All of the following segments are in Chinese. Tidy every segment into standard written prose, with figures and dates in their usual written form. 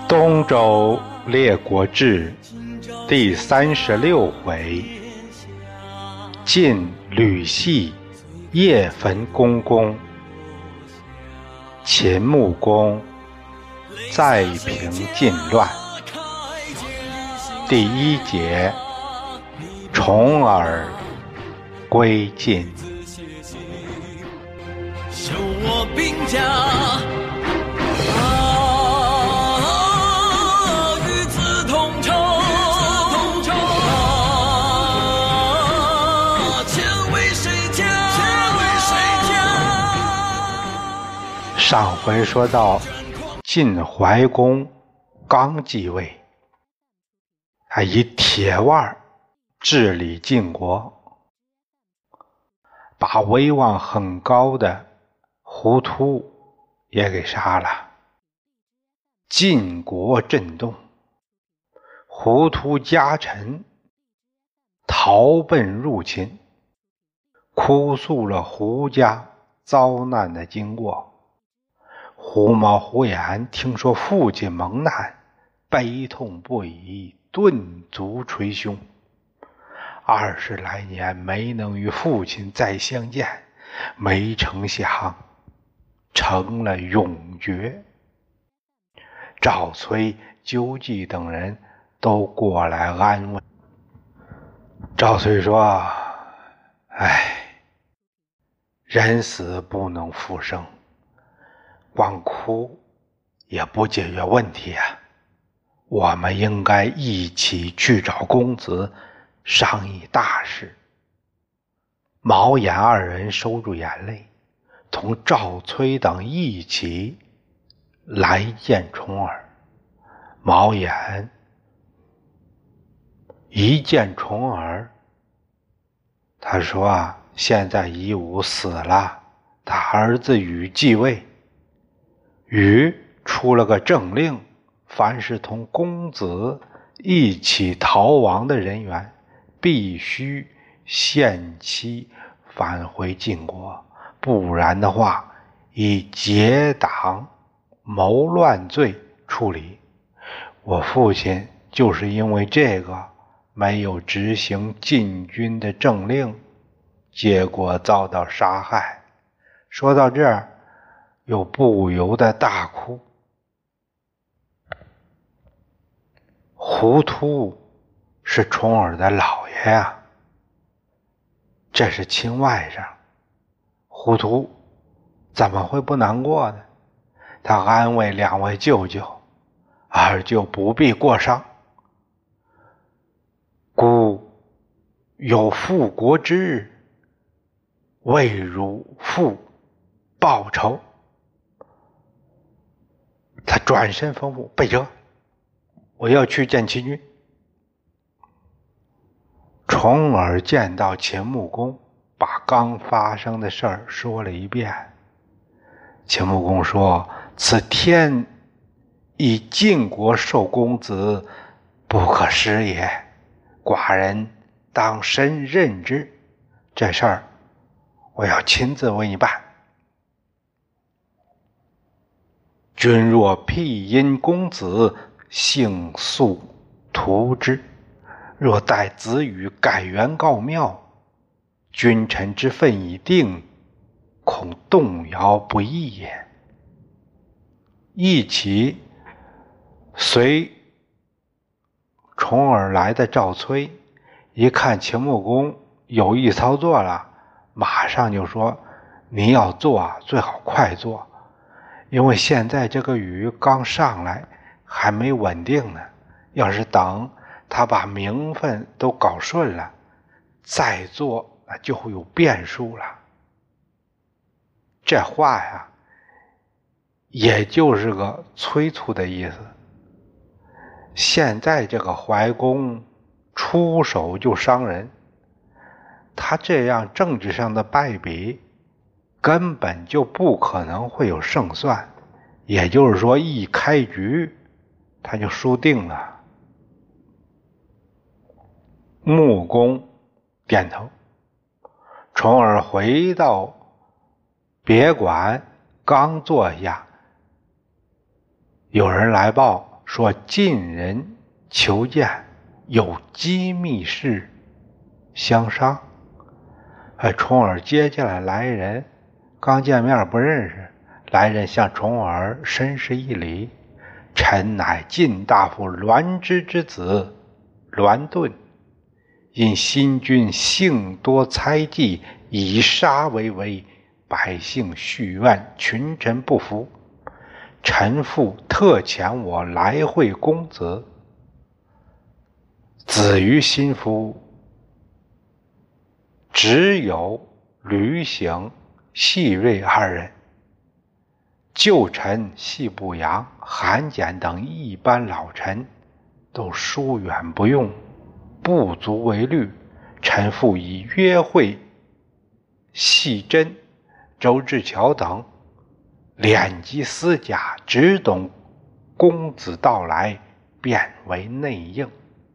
东周列国志第36回，晋吕系夜焚公宫，秦穆公再平晋乱。第1节，重耳归晋。 修我兵家，与子同仇，千为谁家？ 上回说到晋怀公刚继位，他以铁腕治理晋国，把威望很高的胡突也给杀了。晋国震动，胡突家臣逃奔入秦，哭诉了胡家遭难的经过。胡毛胡眼听说父亲蒙难，悲痛不已，顿足捶胸。20来年没能与父亲再相见，没成想成了永诀。赵崔、纠纪等人都过来安慰。赵崔说：人死不能复生，光哭也不解决问题啊，我们应该一起去找公子商议大事。毛衍二人收住眼泪，同赵崔等一起来见重耳。毛衍一见重耳，他说现在夷吾死了，他儿子禹继位。禹出了个政令，凡是同公子一起逃亡的人员，必须限期返回晋国，不然的话以结党谋乱罪处理。我父亲就是因为这个没有执行晋军的政令，结果遭到杀害。说到这儿，又不由得大哭。胡突是重耳的老爷呀，这是亲外甥，胡突怎么会不难过呢？他安慰2位舅舅，二舅不必过伤，故有复国之日，为汝父报仇。他转身吩咐备车，我要去见秦军。重耳见到秦穆公，把刚发生的事儿说了一遍。秦穆公说：此天以晋国受公子，不可失也，寡人当深任之。这事儿我要亲自为你办。君若辟因公子，幸速图之；若待子羽改元告庙，君臣之分已定，恐动摇不义也。一起随重耳来的赵崔一看秦穆公有意操作了，马上就说：你要做最好快做，因为现在这个雨刚上来还没稳定呢，要是等他把名分都搞顺了再做，那就会有变数了。这话呀也就是个催促的意思。现在这个怀公出手就伤人，他这样政治上的败笔根本就不可能会有胜算，也就是说一开局他就输定了。穆公点头。重耳回到别馆，刚坐下，有人来报说晋人求见，有机密事相商。重耳接下来人刚见面不认识，来人向重耳深施一礼，臣乃晋大夫栾枝之子栾盾，因新君性多猜忌，以杀为威，百姓续怨，群臣不服，臣父特遣我来会公子。子于心腹，只有吕醒、细瑞二人，旧臣系不阳、韩简等一般老臣都疏远不用，不足为虑。臣父以约会细真、周志乔等敛及私假，只懂公子到来，便为内应。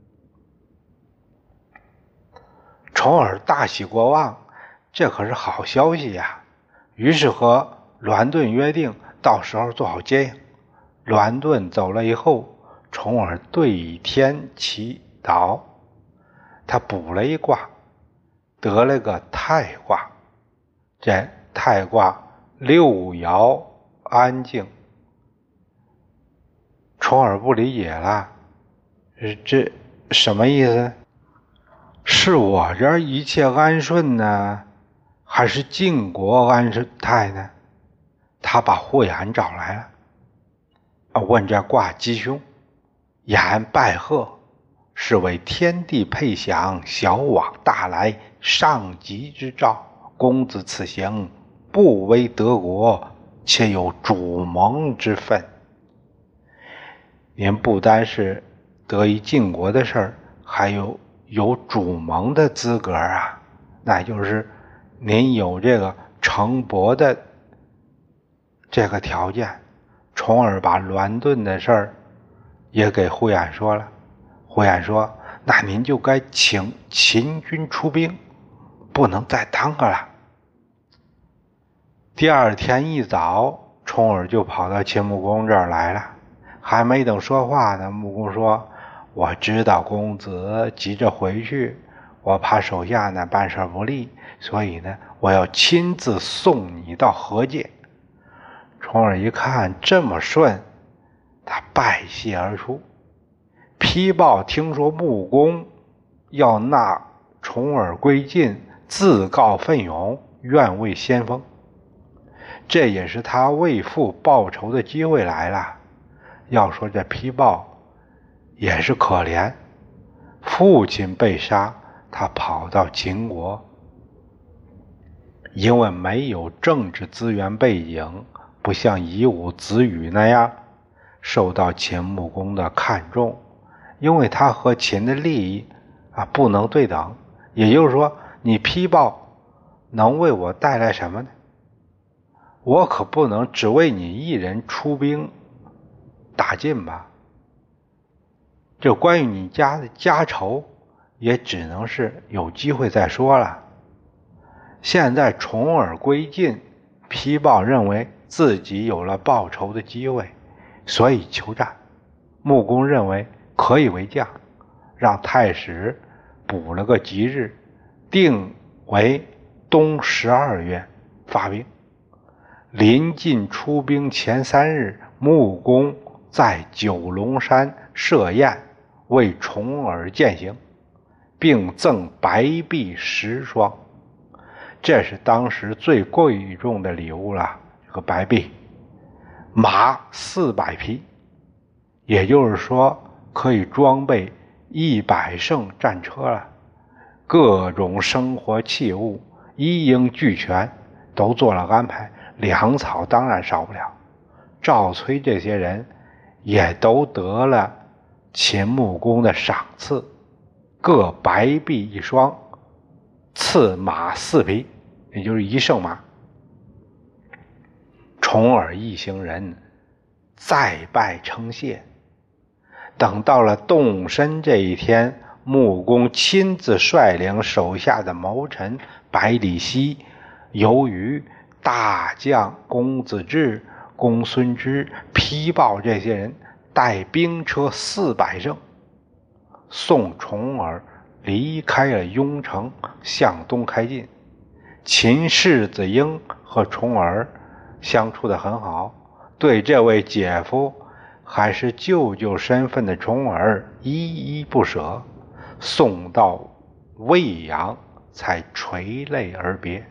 重耳大喜过望，这可是好消息呀！于是和栾盾约定，到时候做好接应。栾盾走了以后，重耳对天祈祷，他卜了一卦，得了个太卦。这太卦六爻安静。重耳不理解了，这什么意思？是我这儿一切安顺呢，还是晋国安泰呢？他把护眼找来了，问这卦吉凶。眼拜贺，是为天地配享，小往大来，上吉之兆。公子此行不为德国，且有主盟之分。您不单是得一晋国的事儿，还有主盟的资格啊，那就是您有这个承伯的这个条件。重耳把栾盾的事儿也给呼延说了，呼延说，那您就该请秦军出兵，不能再耽搁了。第二天一早，重耳就跑到秦穆公这儿来了，还没等说话呢，穆公说，我知道公子急着回去，我怕手下呢办事不利，所以呢我要亲自送你到河界。重耳一看这么顺，他拜谢而出。丕豹听说穆公要纳重耳归晋，自告奋勇，愿为先锋。这也是他为父报仇的机会来了。要说这丕豹也是可怜，父亲被杀，他跑到秦国，因为没有政治资源背景，不像夷吾子羽那样受到秦穆公的看重，因为他和秦的利益不能对等。也就是说，你丕豹能为我带来什么呢？我可不能只为你一人出兵打晋吧。这关于你家的家仇，也只能是有机会再说了。现在重耳归晋，丕豹认为自己有了报仇的机会，所以求战。穆公认为可以为将，让太史补了个吉日，定为冬12月发兵。临近出兵前3日，穆公在九龙山设宴，为重耳饯行，并赠白璧10双。这是当时最贵重的礼物了，这个白璧。马400匹，也就是说可以装备100乘战车了。各种生活器物一应俱全，都做了安排。粮草当然少不了，赵崔这些人也都得了秦穆公的赏赐，各白璧1双，赐马4匹，也就是1乘马。重耳一行人再拜称谢。等到了动身这一天，穆公亲自率领手下的谋臣百里奚、由于大将公子至、公孙支、丕豹这些人带兵车400乘，送重耳离开了雍城，向东开进。秦世子婴和重耳相处得很好，对这位姐夫还是舅舅身份的重耳依依不舍，送到未阳才垂泪而别。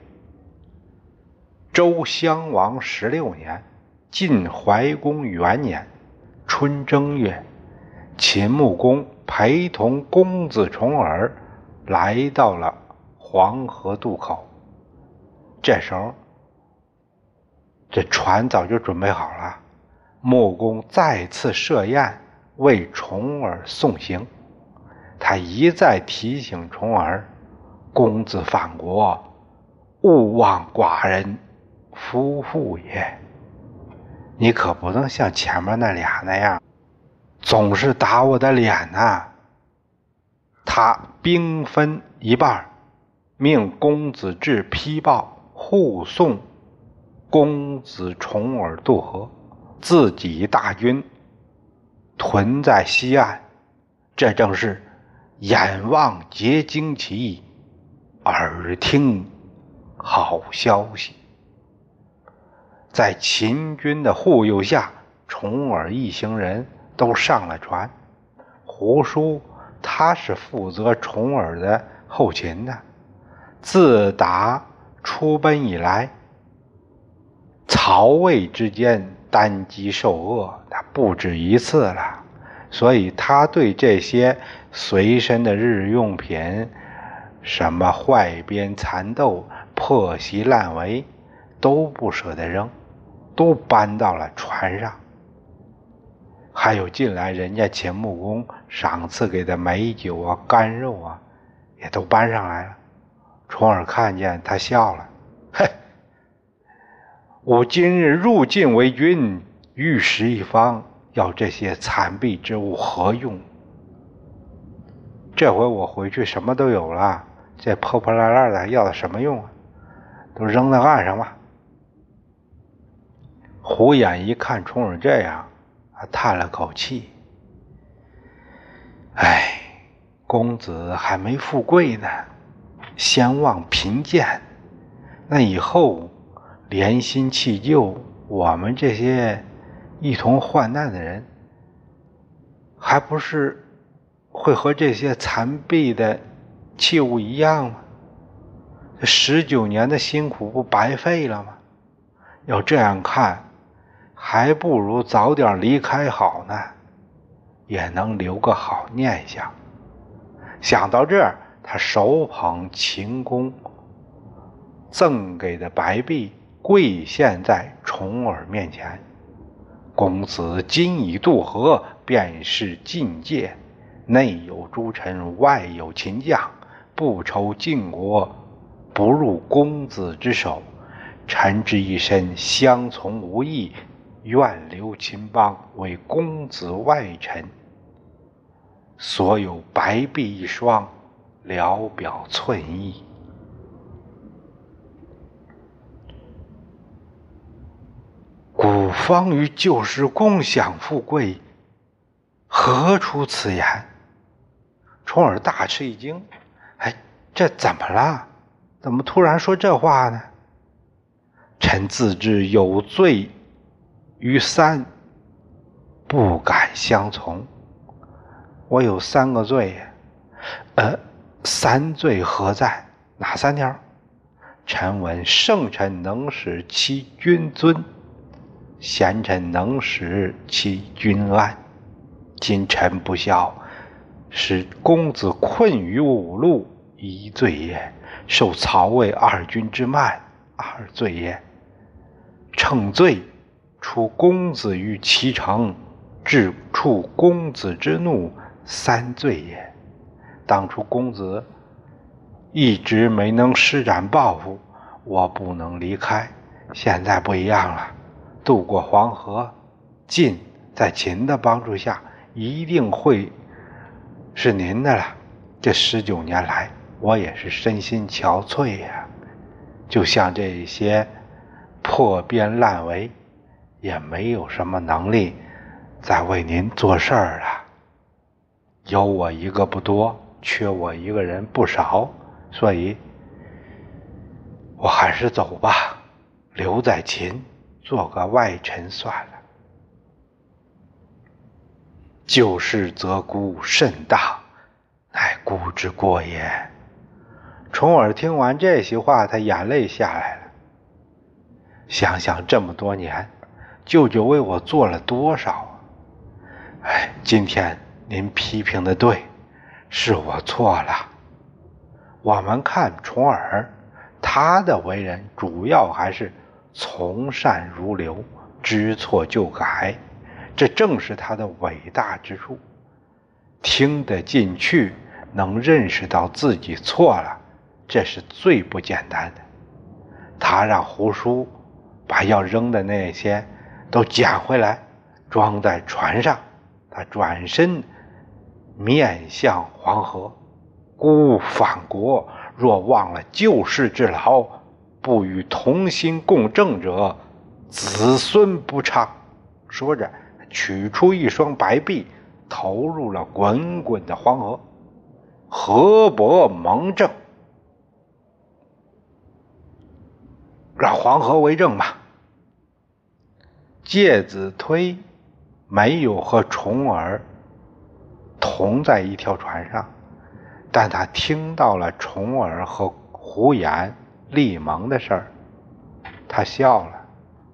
周襄王16年，晋怀公元年春正月，秦穆公陪同公子重耳来到了黄河渡口。这时候这船早就准备好了，穆公再次设宴为重耳送行。他一再提醒重耳，公子犯国，勿忘寡人夫妇也，你可不能像前面那俩那样总是打我的脸呐。他兵分一半，命公子至批报护送公子重耳渡河，自己大军屯在西岸。这正是眼望结旌旗，耳听好消息。在秦军的护佑下，重耳一行人都上了船。胡叔他是负责重耳的后勤的，自打出奔以来，曹魏之间单机受饿，他不止一次了，所以他对这些随身的日用品，什么坏边蚕豆、破席烂围，都不舍得扔，都搬到了船上。还有近来人家秦穆公赏赐给的美酒啊、干肉啊，也都搬上来了。重耳看见他笑了，嘿，我今日入晋为君，御史一方，要这些残敝之物何用？这回我回去什么都有了，这破破烂烂的还要的什么用啊？都扔到岸上吧。胡眼一看重耳这样，叹了口气，哎，公子还没富贵呢，先望贫贱，那以后连心弃旧，我们这些一同患难的人，还不是会和这些残敝的器物一样吗？这19年的辛苦不白费了吗？要这样看，还不如早点离开好呢，也能留个好念想。想到这儿，他手捧秦公赠给的白璧，跪献在重耳面前。公子今已渡河，便是晋界，内有诸臣，外有秦将，不愁晋国不入公子之手。臣之一身相从无益，愿留秦邦为公子外臣。所有白璧一双，聊表寸意。古方与旧时共享富贵，何出此言？重耳大吃一惊，哎，这怎么了？怎么突然说这话呢？臣自知有罪于3，不敢相从。我有3个罪，3罪何在？哪3条？臣闻圣臣能使其君尊，贤臣能使其君安。今臣不孝，使公子困于五路，一罪也；受曹魏2军之慢，2罪也；乘罪出公子于其城，致触公子之怒，3罪也。当初公子一直没能施展抱负，我不能离开，现在不一样了，渡过黄河，晋在秦的帮助下一定会是您的了。这19年来，我也是身心憔悴呀，就像这些破边烂围，也没有什么能力在为您做事儿了，有我一个不多，缺我一个人不少，所以我还是走吧，留在秦做个外臣算了。旧事则孤甚大，乃孤之过也。重耳听完这些话，他眼泪下来了。想想这么多年，舅舅为我做了多少啊！今天您批评的对，是我错了。我们看重耳，他的为人主要还是从善如流，知错就改，这正是他的伟大之处。听得进去，能认识到自己错了，这是最不简单的。他让胡叔把要扔的那些都捡回来，装在船上。他转身面向黄河，孤反国，若忘了旧世之劳，不与同心共正者，子孙不昌。说着，取出一双白璧，投入了滚滚的黄河，河伯蒙正，让黄河为证吧。介子推没有和重耳同在一条船上，但他听到了重耳和胡衍立盟的事儿，他笑了。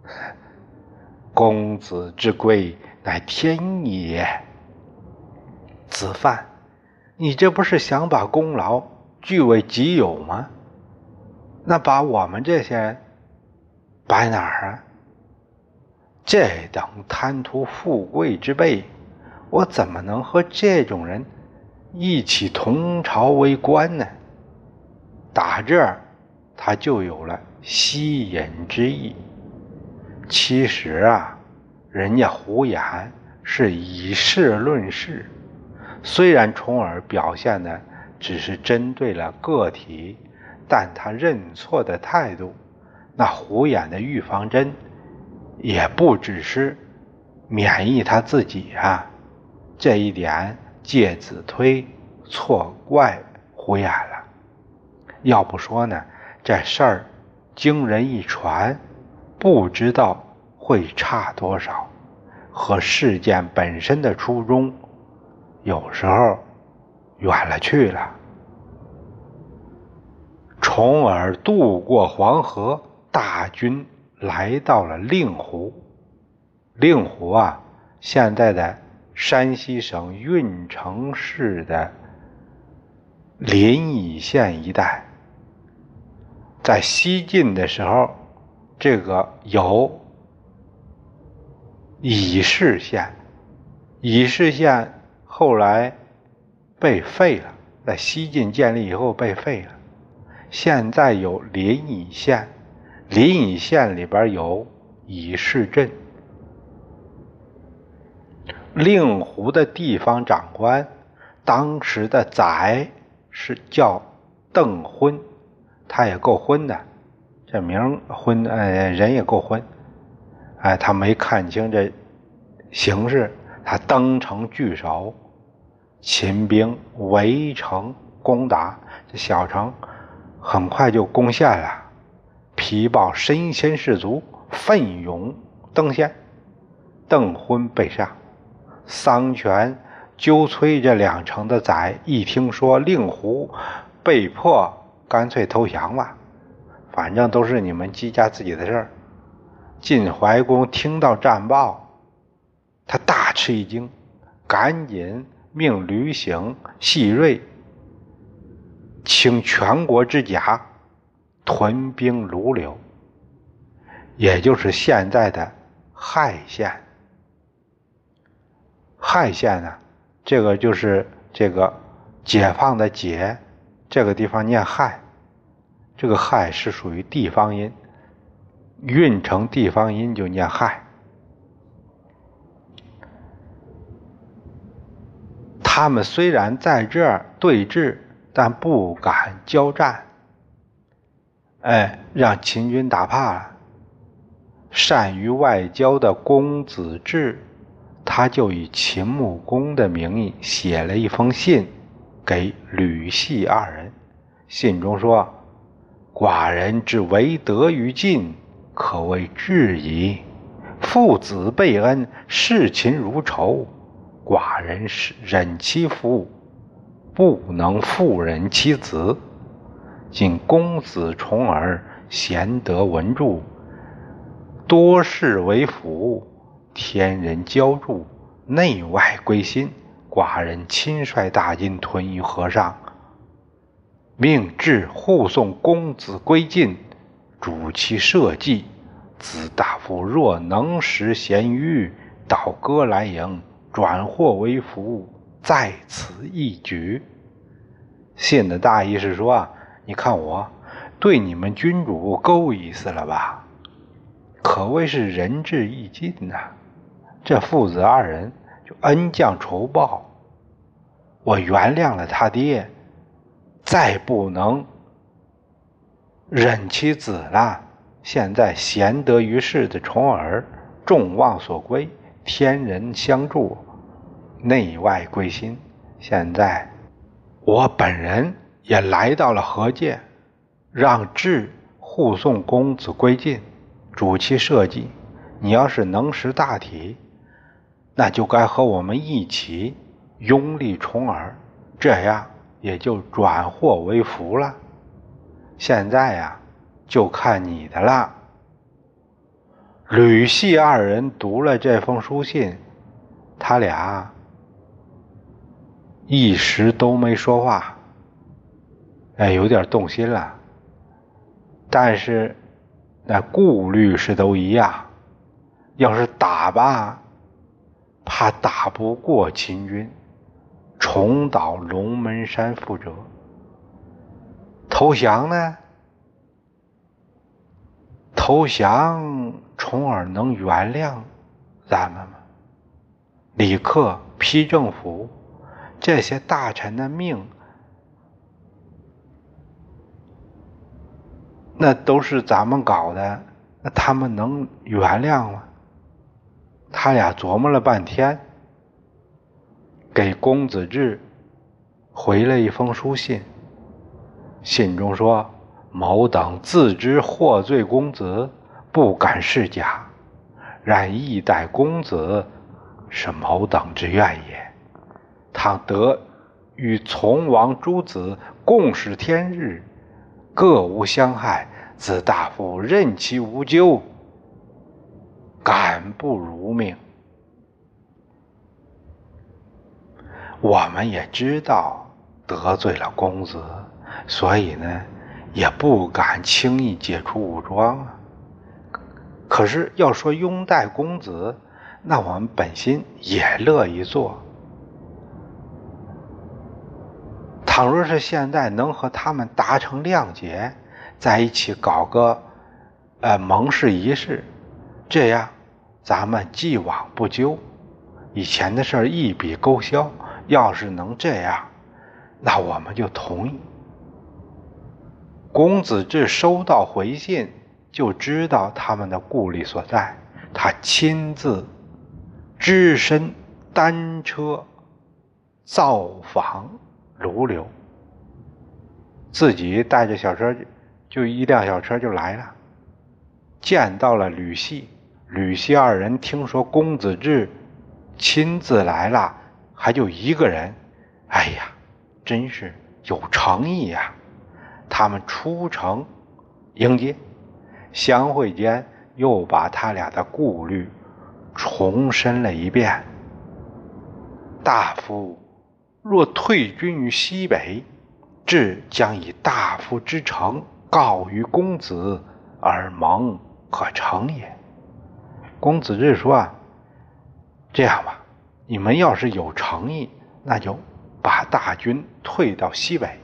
公子之归，乃天意也。子范，你这不是想把功劳据为己有吗？那把我们这些人摆哪儿啊？这等贪图富贵之辈，我怎么能和这种人一起同朝为官呢？打这儿他就有了吸引之意。其实啊，人家胡衍是以事论事，虽然重耳表现的只是针对了个体，但他认错的态度，那胡衍的预防针也不只是免疫他自己啊。这一点介子推错怪胡衍了。要不说呢，这事儿经人一传，不知道会差多少，和事件本身的初衷有时候远了去了。重耳渡过黄河，大军来到了令狐。令狐啊，现在的山西省运城市的临沂县一带。在西晋的时候，这个有乙氏县，乙氏县后来被废了，在西晋建立以后被废了。现在有临沂县，临沂县里边有乙氏镇。令狐的地方长官，当时的宰是叫邓昏，他也够昏的，这名昏，人也够昏。他没看清这形势，他登城据守，秦兵围城攻打，这小城很快就攻陷了。皮豹身先士卒，奋勇登县，邓昏被杀。桑权、纠崔这两城的宰一听说令狐被迫，干脆投降吧，反正都是你们姬家自己的事儿。晋怀公听到战报，他大吃一惊，赶紧命吕醒、细锐请全国之甲，屯兵卢柳，也就是现在的亥县。亥县呢，这个就是这个解放的解，这个地方念亥，这个亥是属于地方音，运成地方音就念亥。他们虽然在这儿对峙，但不敢交战，让秦军打怕了。善于外交的公子至， 他就以秦穆公的名义写了一封信给吕系二人。信中说：寡人之为德于晋，可谓至矣。父子备恩，视秦如仇，寡人是忍其父，不能复忍其子。今公子重耳贤德文著，多事为辅，天人交助，内外归心。寡人亲率大军屯于河上，命至护送公子归晋，主其社稷。子大夫若能识贤愚，倒戈来迎，转祸为福，在此一举。信的大意是说，你看我对你们君主够意思了吧？可谓是仁至义尽呐。这父子二人就恩将仇报，我原谅了他爹，再不能忍其子了。现在贤德于世的重耳，众望所归，天人相助，内外归心。现在我本人也来到了河界，让智护送公子归晋，主其社稷。你要是能识大体，那就该和我们一起拥立重耳，这样也就转祸为福了。现在呀，就看你的了。吕系二人读了这封书信，他俩一时都没说话，有点动心了。但是那顾虑是都一样，要是打吧，怕打不过秦军，重蹈龙门山覆辙。投降呢？投降，重耳能原谅咱们吗？李克、批政府这些大臣的命，那都是咱们搞的，那他们能原谅吗？他俩琢磨了半天，给公子至回了一封书信。信中说：某等自知获罪公子，不敢示假，然义待公子，是某等之愿也。倘得与从王诸子共视天日，各无相害，子大夫任其无咎，敢不如命。我们也知道得罪了公子，所以呢，也不敢轻易解除武装啊。可是要说拥戴公子，那我们本心也乐意做。倘若是现在能和他们达成谅解，在一起搞个盟誓仪式，这样咱们既往不咎，以前的事一笔勾销。要是能这样，那我们就同意。公子至收到回信，就知道他们的顾虑所在，他亲自只身单车造访卢流，自己带着小车，就一辆小车就来了，见到了吕系。吕系二人听说公子至亲自来了，还就一个人，哎呀，真是有诚意呀！他们出城迎接，相会间又把他俩的顾虑重申了一遍。大夫若退军于西北，至将以大夫之诚告于公子，而盟可成也。公子至说这样吧，你们要是有诚意，那就把大军退到西北，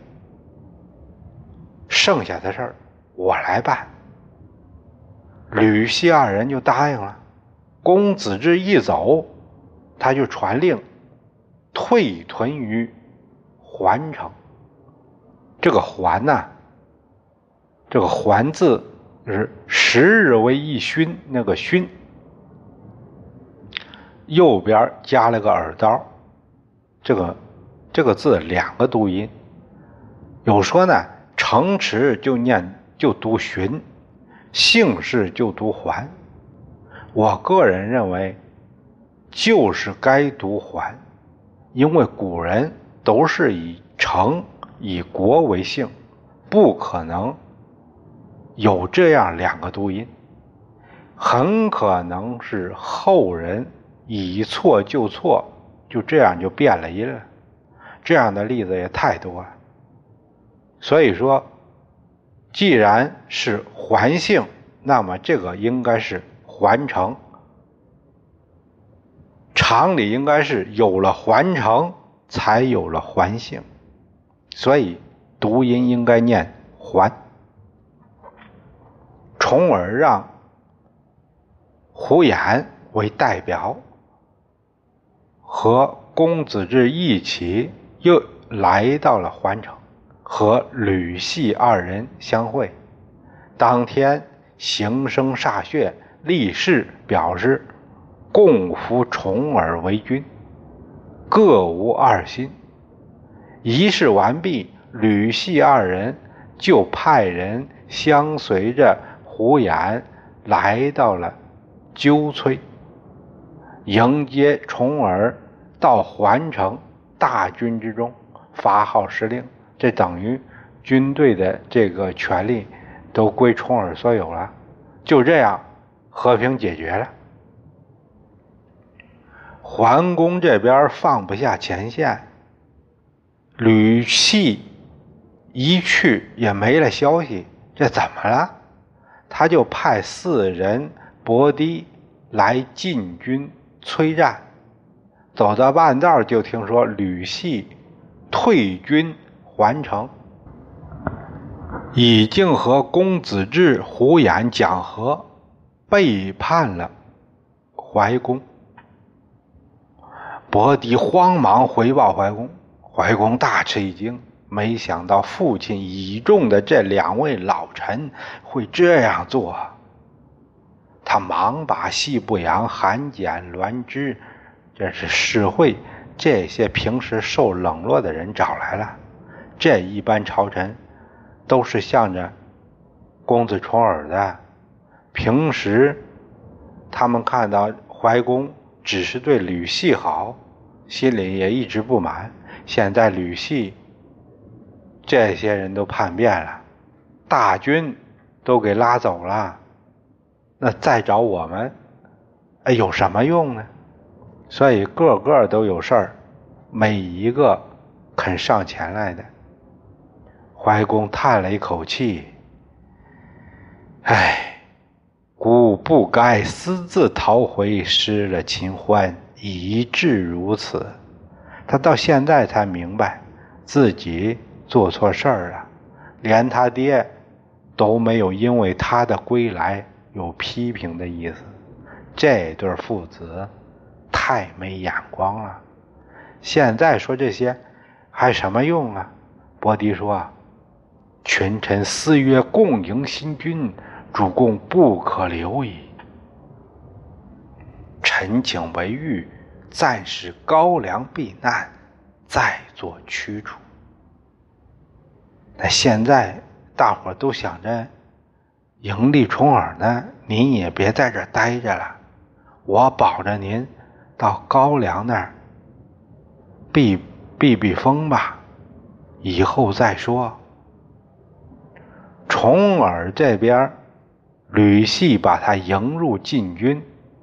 剩下的事儿我来办。吕系二人就答应了。公子至一走，他就传令退屯于环城。这个环呢，这个环字是10日为一旬，那个旬右边加了个耳刀，这个字2个读音。有说呢，城池就读寻，姓氏就读还。我个人认为就是该读还，因为古人都是以城以国为姓，不可能有这样2个读音，很可能是后人以错就错，就这样就变了音了。这样的例子也太多了。所以说既然是还姓，那么这个应该是还城，常理应该是有了还城才有了还姓，所以读音应该念还。从而让胡衍为代表，和公子至一起又来到了还城，和吕系2人相会。当天形声歃血，立誓表示共扶重耳为君，各无二心。仪式完毕，吕系2人就派人相随着胡衍来到了鸠崔，迎接重耳到还城大军之中，发号施令。这等于军队的这个权力都归重耳所有了，就这样和平解决了。桓公这边放不下前线，吕系一去也没了消息，这怎么了？他就派4人伯堤来进军催战。走到半道就听说吕系退军还城，已经和公子至、胡衍讲和，背叛了怀公。伯堤慌忙回报怀公，怀公大吃一惊，没想到父亲倚重的这2位老臣会这样做。他忙把系不扬、韩简、栾枝，这是士会，这些平时受冷落的人找来了。这一般朝臣都是向着公子重耳的，平时他们看到怀公只是对吕系好，心里也一直不满。现在吕系这些人都叛变了，大军都给拉走了，那再找我们有什么用呢？所以个个都有事儿，每一个肯上前来的。怀公叹了一口气，孤不该私自逃回，失了秦欢，以致如此。他到现在才明白自己做错事儿了，连他爹都没有因为他的归来有批评的意思。这对父子太没眼光了。现在说这些还什么用啊？伯堤说，群臣私约共迎新君，主公不可留矣。臣请为御，暂使高梁避难，再做驱除。那现在大伙都想着迎立重耳呢，您也别在这儿待着了，我保着您到高梁那儿避风吧，以后再说。重耳这边吕系把他迎入禁军，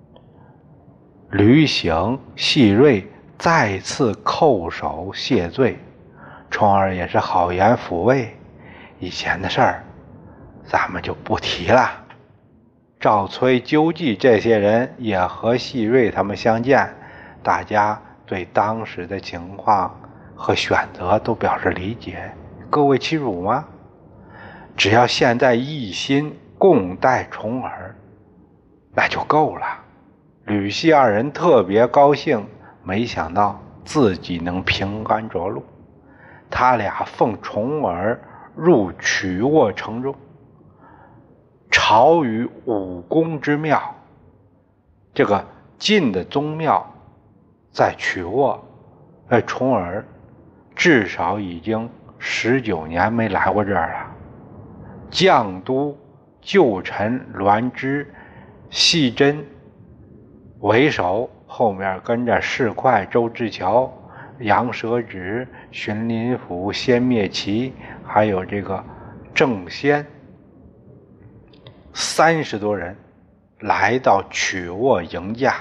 吕醒、细锐再次叩首谢罪，重耳也是好言抚慰，以前的事儿咱们就不提了。赵崔、鸠忌这些人也和细锐他们相见，大家对当时的情况和选择都表示理解。各为其主吗？只要现在一心共戴重耳，那就够了。吕系2人特别高兴，没想到自己能平安着陆。他俩奉重耳入曲沃城中，朝于武功之庙。这个晋的宗庙在曲沃，重耳至少已经19年没来过这儿了。绛都旧臣栾枝、细真为首，后面跟着士快周之乔、杨舍止、荀林甫、先灭齐，还有这个郑先，30多人来到曲沃迎驾。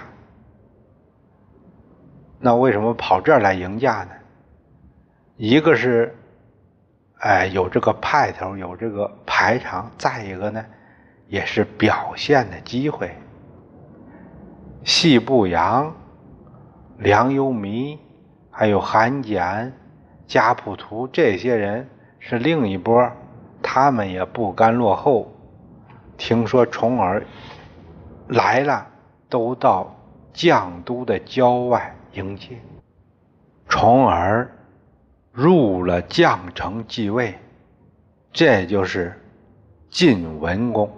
那为什么跑这儿来迎驾呢？一个是有这个派头，有这个排场，再一个呢也是表现的机会。细步阳、梁幽弥还有韩简、家普图这些人是另一波，他们也不甘落后，听说重耳来了，都到绛都的郊外迎接。重耳入了绛城继位，这就是晋文公。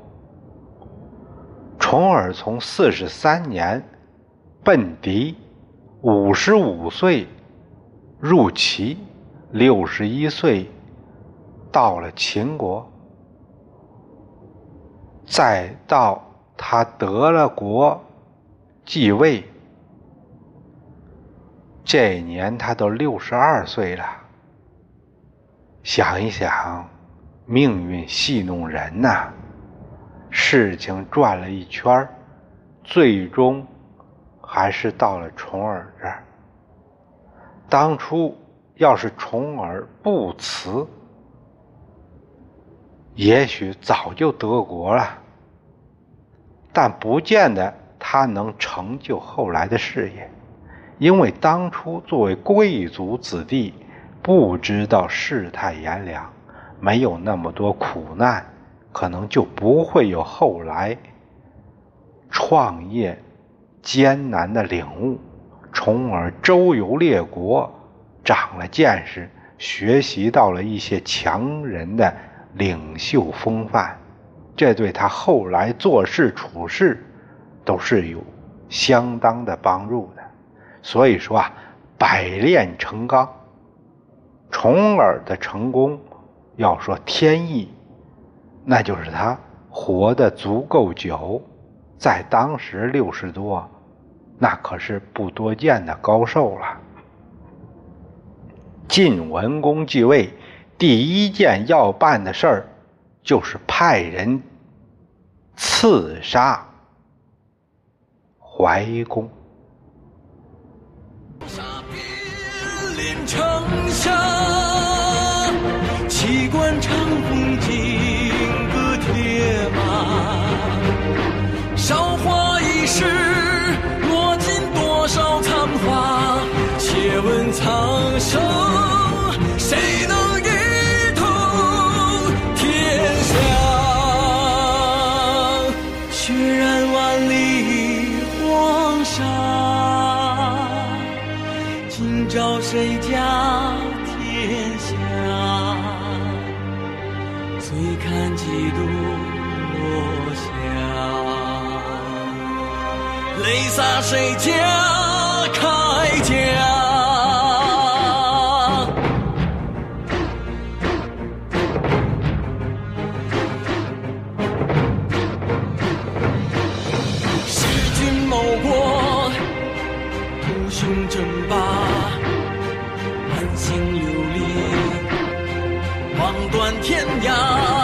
重耳从43年奔狄，55岁入齐，61岁到了秦国，再到他得了国继位，这年他都62岁了。想一想，命运戏弄人呐，事情转了一圈，最终还是到了重耳这儿。当初要是重耳不辞，也许早就得国了，但不见得他能成就后来的事业，因为当初作为贵族子弟，不知道世态炎凉，没有那么多苦难，可能就不会有后来创业艰难的领悟。重耳周游列国，长了见识，学习到了一些强人的领袖风范，这对他后来做事处事都是有相当的帮助的。所以说百炼成钢，重耳的成功要说天意，那就是他活得足够久，在当时60多，那可是不多见的高寿了。晋文公继位，第一件要办的事儿就是派人刺杀怀公。 连城下，旗官长风金戈铁马，韶华易逝，落尽多少残花。且问苍生，谁能一统天下？血染万里黄沙，今朝谁家天下？醉看几度落霞，泪洒谁家铠甲？弑君谋国，图雄争霸，满心流离，望断天涯。